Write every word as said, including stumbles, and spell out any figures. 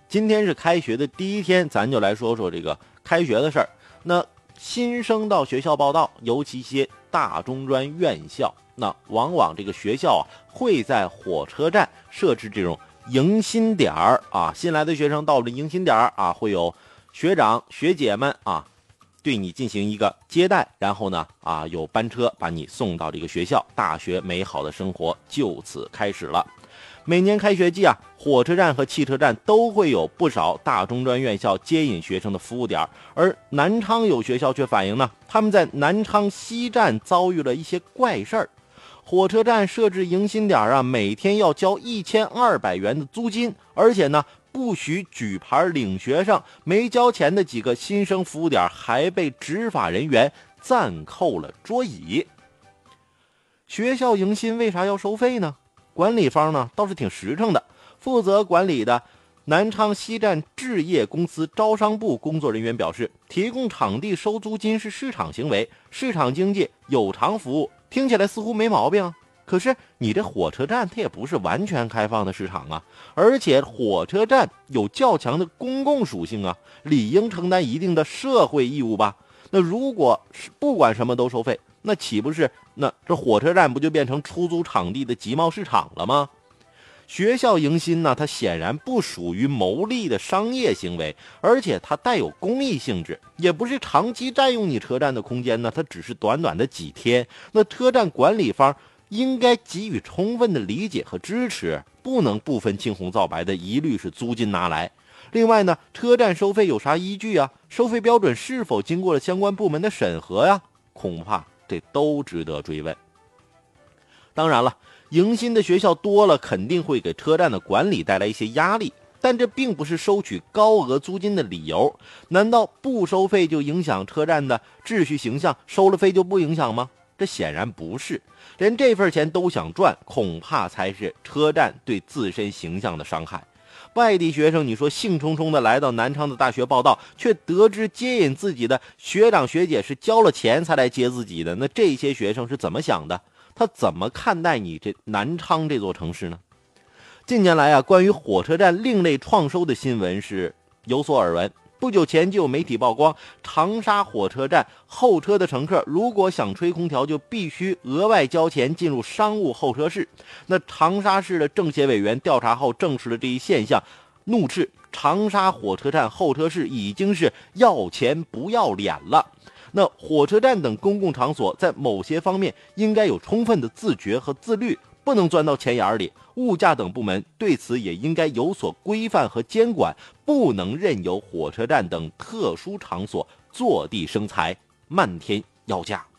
今天是开学的第一天，咱就来说说这个开学的事儿。那新生到学校报到，尤其一些大中专院校，那往往这个学校啊会在火车站设置这种迎新点儿啊，新来的学生到了迎新点儿啊，会有学长学姐们啊对你进行一个接待，然后呢啊有班车把你送到这个学校，大学美好的生活就此开始了。每年开学季啊，火车站和汽车站都会有不少大中专院校接引学生的服务点，而南昌有学校却反映呢，他们在南昌西站遭遇了一些怪事儿。火车站设置迎新点啊，每天要交一千二百元的租金，而且呢不许举牌领学生，没交钱的几个新生服务点还被执法人员暂扣了桌椅。学校迎新为啥要收费呢？管理方呢倒是挺实诚的，负责管理的南昌西站置业公司招商部工作人员表示，提供场地收租金是市场行为，市场经济有偿服务，听起来似乎没毛病啊。可是你这火车站它也不是完全开放的市场啊，而且火车站有较强的公共属性啊，理应承担一定的社会义务吧。那如果是不管什么都收费，那岂不是那这火车站不就变成出租场地的集贸市场了吗？学校迎新呢，它显然不属于牟利的商业行为，而且它带有公益性质，也不是长期占用你车站的空间呢，它只是短短的几天。那车站管理方应该给予充分的理解和支持，不能不分青红皂白的一律是租金拿来。另外呢，车站收费有啥依据啊？收费标准是否经过了相关部门的审核呀？恐怕这都值得追问。当然了，迎新的学校多了，肯定会给车站的管理带来一些压力，但这并不是收取高额租金的理由。难道不收费就影响车站的秩序形象，收了费就不影响吗？这显然不是，连这份钱都想赚，恐怕才是车站对自身形象的伤害。外地学生，你说兴冲冲的来到南昌的大学报到，却得知接引自己的学长学姐是交了钱才来接自己的，那这些学生是怎么想的？他怎么看待你这南昌这座城市呢？近年来啊，关于火车站另类创收的新闻是有所耳闻。不久前就有媒体曝光，长沙火车站候车的乘客如果想吹空调，就必须额外交钱进入商务候车室。那长沙市的政协委员调查后证实了这一现象，怒斥长沙火车站候车室已经是要钱不要脸了。那火车站等公共场所在某些方面应该有充分的自觉和自律，不能钻到钱眼里。物价等部门对此也应该有所规范和监管，不能任由火车站等特殊场所坐地生财，漫天要价。